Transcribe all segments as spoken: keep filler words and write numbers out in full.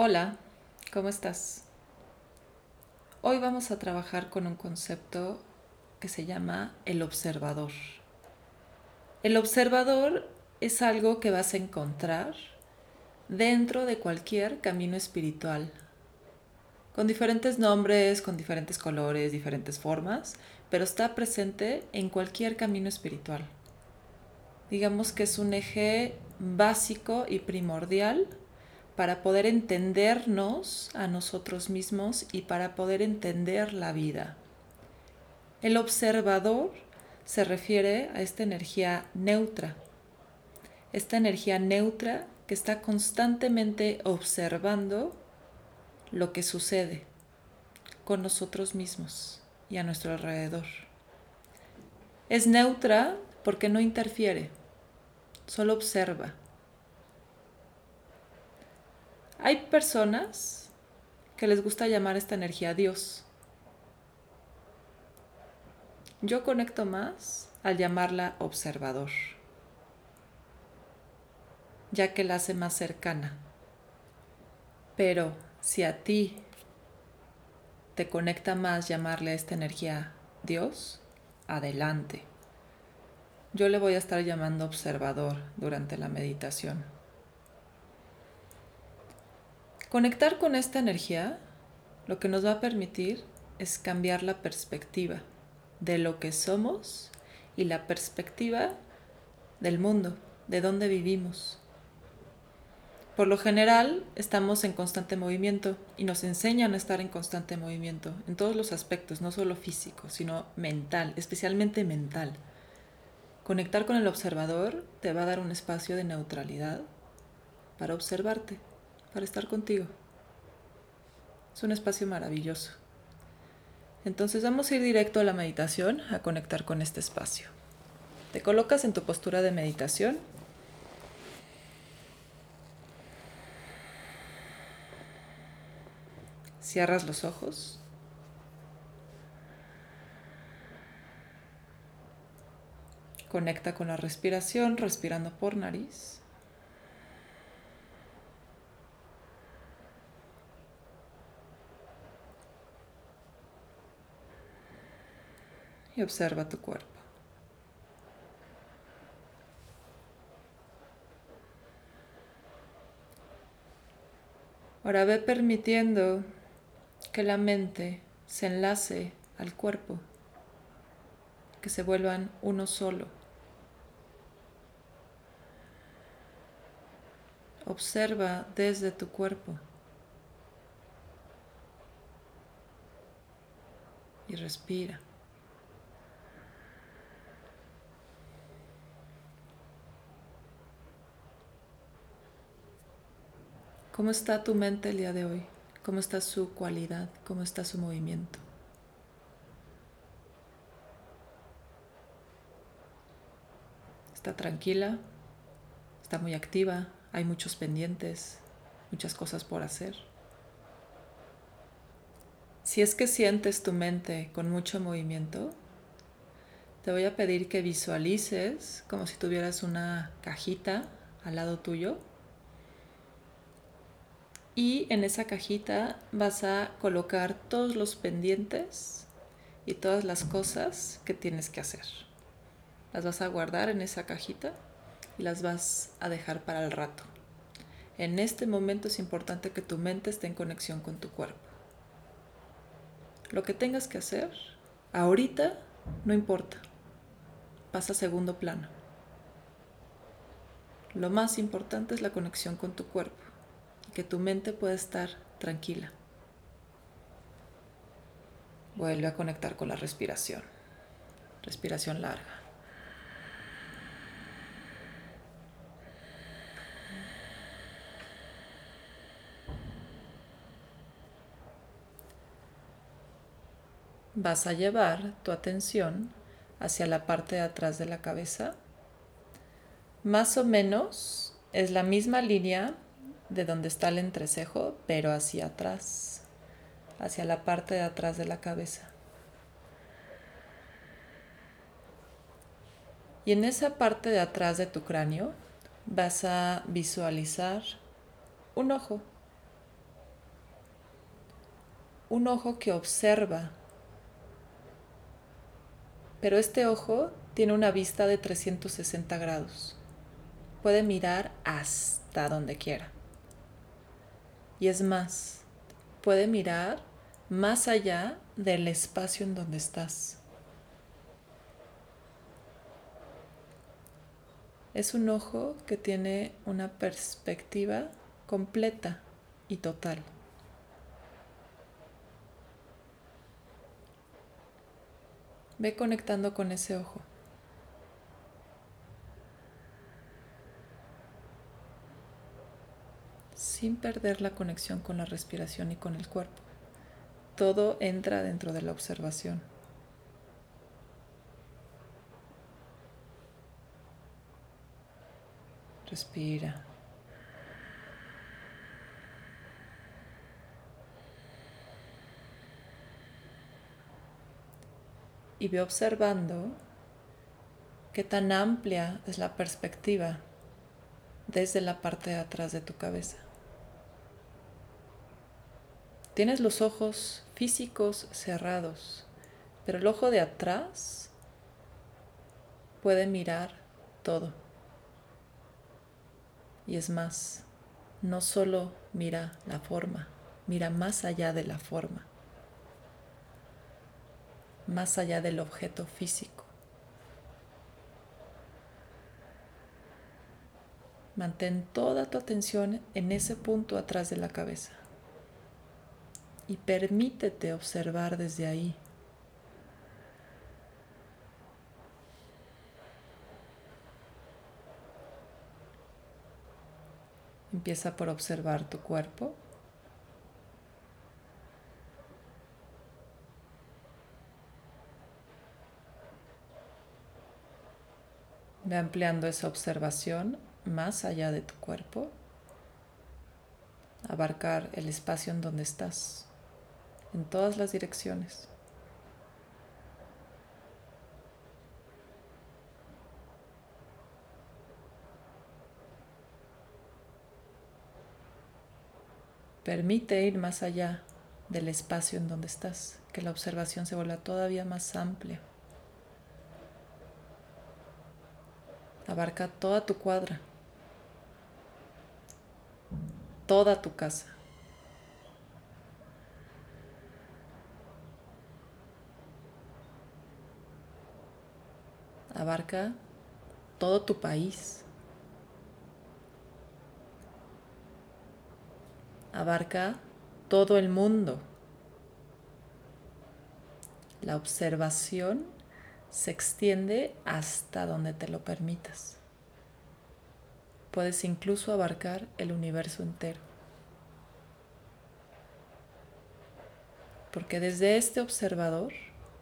Hola, ¿cómo estás? Hoy vamos a trabajar con un concepto que se llama el observador. El observador es algo que vas a encontrar dentro de cualquier camino espiritual, con diferentes nombres, con diferentes colores, diferentes formas, pero está presente en cualquier camino espiritual. Digamos que es un eje básico y primordial para poder entendernos a nosotros mismos y para poder entender la vida. El observador se refiere a esta energía neutra, esta energía neutra que está constantemente observando lo que sucede con nosotros mismos y a nuestro alrededor. Es neutra porque no interfiere, solo observa. Hay personas que les gusta llamar esta energía Dios. Yo conecto más al llamarla observador, ya que la hace más cercana. Pero si a ti te conecta más llamarle a esta energía Dios, adelante. Yo le voy a estar llamando observador durante la meditación. Conectar con esta energía lo que nos va a permitir es cambiar la perspectiva de lo que somos y la perspectiva del mundo, de dónde vivimos. Por lo general estamos en constante movimiento y nos enseñan a estar en constante movimiento en todos los aspectos, no solo físico, sino mental, especialmente mental. Conectar con el observador te va a dar un espacio de neutralidad para observarte, para estar contigo. Es un espacio maravilloso. Entonces vamos a ir directo a la meditación, a conectar con este espacio. Te colocas en tu postura de meditación. Cierras los ojos. Conecta con la respiración, respirando por nariz. Y observa tu cuerpo. Ahora ve permitiendo que la mente se enlace al cuerpo, que se vuelvan uno solo. Observa desde tu cuerpo y respira. ¿Cómo está tu mente el día de hoy? ¿Cómo está su cualidad? ¿Cómo está su movimiento? ¿Está tranquila? ¿Está muy activa? ¿Hay muchos pendientes? ¿Muchas cosas por hacer? Si es que sientes tu mente con mucho movimiento, te voy a pedir que visualices como si tuvieras una cajita al lado tuyo. Y en esa cajita vas a colocar todos los pendientes y todas las cosas que tienes que hacer. Las vas a guardar en esa cajita y las vas a dejar para el rato. En este momento es importante que tu mente esté en conexión con tu cuerpo. Lo que tengas que hacer, ahorita, no importa. Pasa a segundo plano. Lo más importante es la conexión con tu cuerpo y que tu mente pueda estar tranquila. Vuelve a conectar con la respiración. Respiración larga. Vas a llevar tu atención hacia la parte de atrás de la cabeza. Más o menos es la misma línea de donde está el entrecejo, pero hacia atrás, hacia la parte de atrás de la cabeza. Y en esa parte de atrás de tu cráneo vas a visualizar un ojo. un ojo que observa, pero este ojo tiene una vista de trescientos sesenta grados. Puede mirar hasta donde quiera. Y es más, puede mirar más allá del espacio en donde estás. Es un ojo que tiene una perspectiva completa y total. Ve conectando con ese ojo. Sin perder la conexión con la respiración y con el cuerpo. Todo entra dentro de la observación. Respira. Y ve observando qué tan amplia es la perspectiva desde la parte de atrás de tu cabeza. Tienes los ojos físicos cerrados, pero el ojo de atrás puede mirar todo. Y es más, no solo mira la forma, mira más allá de la forma, más allá del objeto físico. Mantén toda tu atención en ese punto atrás de la cabeza y permítete observar desde ahí. Empieza por observar tu cuerpo. Ve ampliando esa observación más allá de tu cuerpo, abarcar el espacio en donde estás, en todas las direcciones. Permite ir más allá del espacio en donde estás, que la observación se vuelva todavía más amplia. Abarca toda tu cuadra, toda tu casa. Abarca todo tu país. Abarca todo el mundo. La observación se extiende hasta donde te lo permitas. Puedes incluso abarcar el universo entero. Porque desde este observador,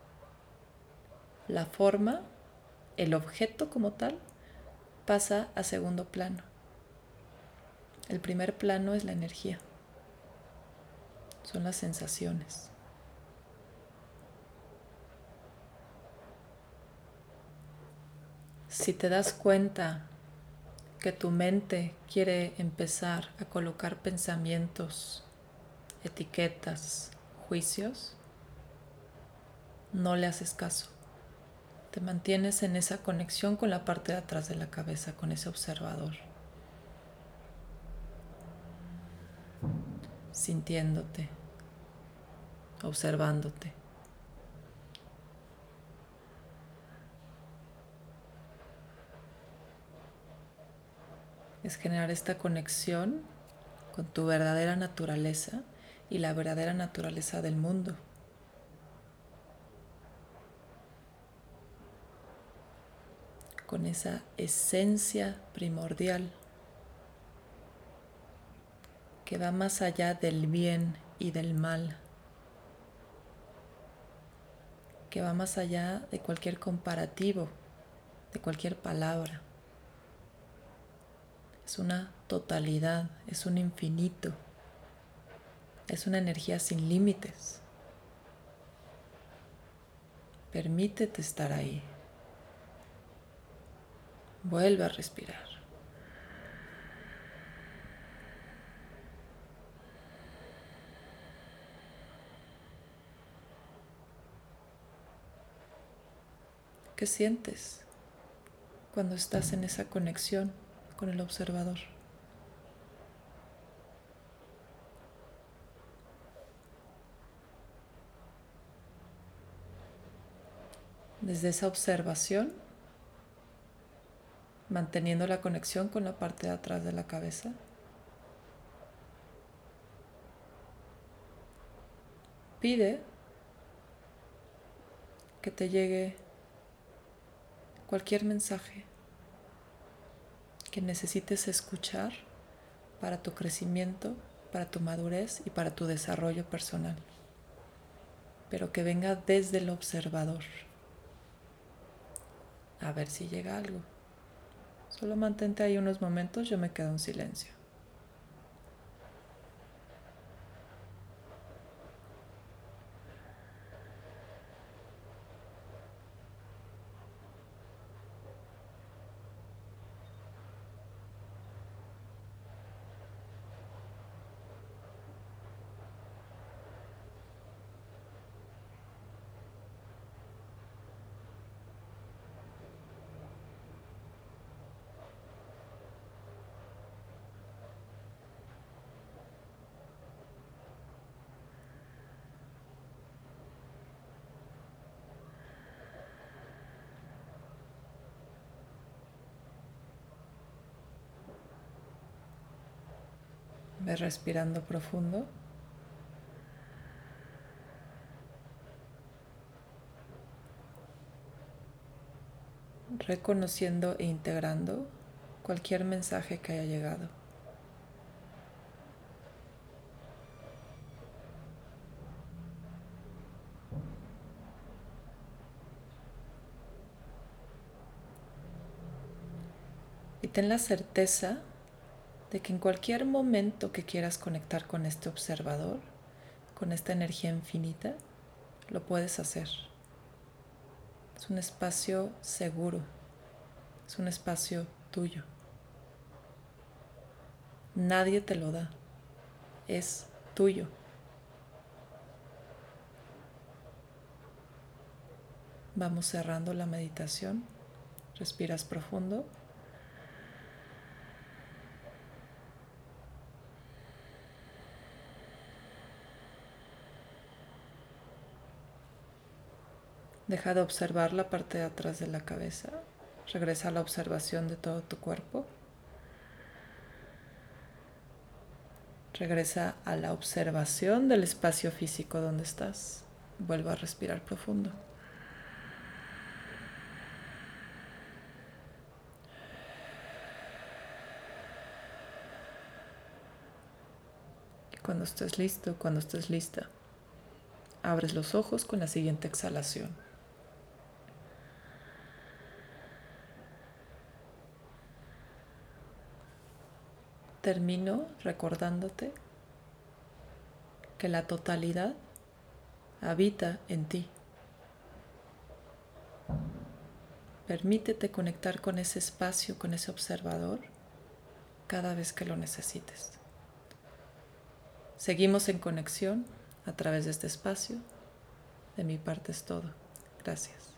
la forma, el objeto como tal, pasa a segundo plano. El primer plano es la energía. Son las sensaciones. Si te das cuenta que tu mente quiere empezar a colocar pensamientos, etiquetas, juicios, no le haces caso. Te mantienes en esa conexión con la parte de atrás de la cabeza, con ese observador. Sintiéndote, observándote. Es generar esta conexión con tu verdadera naturaleza y la verdadera naturaleza del mundo. Con esa esencia primordial que va más allá del bien y del mal, que va más allá de cualquier comparativo, de cualquier palabra. Es una totalidad, es un infinito, es una energía sin límites. Permítete estar ahí. Vuelve a respirar. ¿Qué sientes cuando estás en esa conexión con el observador? Desde esa observación, manteniendo la conexión con la parte de atrás de la cabeza, pide que te llegue cualquier mensaje que necesites escuchar para tu crecimiento, para tu madurez y para tu desarrollo personal, pero que venga desde el observador. A ver si llega algo. Solo mantente ahí unos momentos, yo me quedo en silencio. Ve respirando profundo. Reconociendo e integrando cualquier mensaje que haya llegado. Y ten la certeza de que en cualquier momento que quieras conectar con este observador, con esta energía infinita, lo puedes hacer. Es un espacio seguro, es un espacio tuyo. Nadie te lo da, es tuyo. Vamos cerrando la meditación, respiras profundo. Deja de observar la parte de atrás de la cabeza. Regresa a la observación de todo tu cuerpo. Regresa a la observación del espacio físico donde estás. Vuelve a respirar profundo. Y cuando estés listo, cuando estés lista, abres los ojos con la siguiente exhalación. Termino recordándote que la totalidad habita en ti. Permítete conectar con ese espacio, con ese observador, cada vez que lo necesites. Seguimos en conexión a través de este espacio. De mi parte es todo. Gracias.